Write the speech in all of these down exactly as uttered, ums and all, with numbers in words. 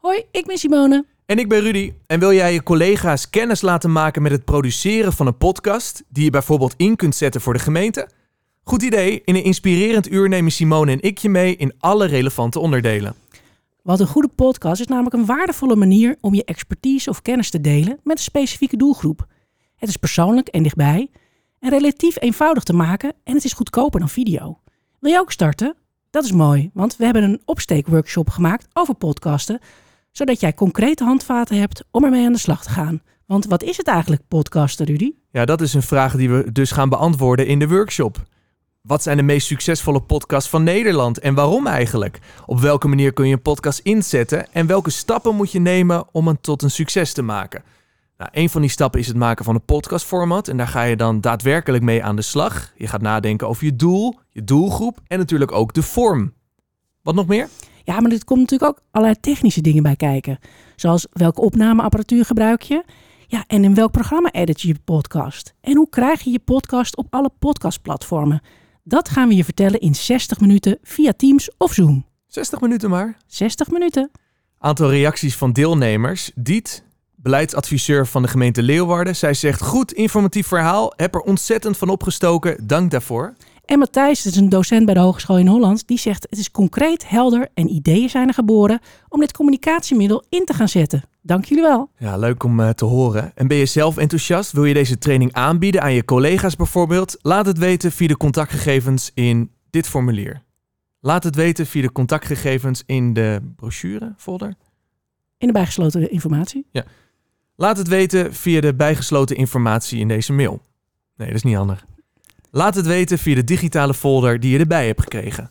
Hoi, ik ben Simone. En ik ben Rudy. En wil jij je collega's kennis laten maken met het produceren van een podcast die je bijvoorbeeld in kunt zetten voor de gemeente? Goed idee. In een inspirerend uur nemen Simone en ik je mee in alle relevante onderdelen. Wat een goede podcast is namelijk een waardevolle manier om je expertise of kennis te delen met een specifieke doelgroep. Het is persoonlijk en dichtbij en relatief eenvoudig te maken en het is goedkoper dan video. Wil je ook starten? Dat is mooi, want we hebben een opsteekworkshop gemaakt over podcasten, zodat jij concrete handvaten hebt om ermee aan de slag te gaan. Want wat is het eigenlijk, podcasten, Rudy? Ja, dat is een vraag die we dus gaan beantwoorden in de workshop. Wat zijn de meest succesvolle podcasts van Nederland en waarom eigenlijk? Op welke manier kun je een podcast inzetten en welke stappen moet je nemen om het tot een succes te maken? Nou, een van die stappen is het maken van een podcastformat en daar ga je dan daadwerkelijk mee aan de slag. Je gaat nadenken over je doel, je doelgroep en natuurlijk ook de vorm. Wat nog meer? Ja, maar er komt natuurlijk ook allerlei technische dingen bij kijken. Zoals welke opnameapparatuur gebruik je? Ja, en in welk programma edit je je podcast? En hoe krijg je je podcast op alle podcastplatformen? Dat gaan we je vertellen in zestig minuten via Teams of Zoom. zestig minuten maar. zestig minuten. Aantal reacties van deelnemers. Diet, beleidsadviseur van de gemeente Leeuwarden. Zij zegt, goed informatief verhaal. Heb er ontzettend van opgestoken. Dank daarvoor. En Matthijs, dat is een docent bij de Hogeschool in Holland, die zegt het is concreet, helder en ideeën zijn er geboren om dit communicatiemiddel in te gaan zetten. Dank jullie wel. Ja, leuk om uh, te horen. En ben je zelf enthousiast? Wil je deze training aanbieden aan je collega's bijvoorbeeld? Laat het weten via de contactgegevens in dit formulier. Laat het weten via de contactgegevens in de brochure folder. In de bijgesloten informatie. Ja. Laat het weten via de bijgesloten informatie in deze mail. Nee, dat is niet handig. Laat het weten via de digitale folder die je erbij hebt gekregen.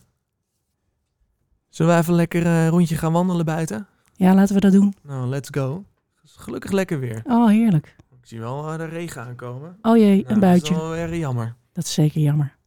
Zullen we even lekker een uh, rondje gaan wandelen buiten? Ja, laten we dat doen. Nou, let's go. Gelukkig lekker weer. Oh, heerlijk. Ik zie wel uh, de regen aankomen. Oh jee, nou, een buitje. Dat is wel erg jammer. Dat is zeker jammer.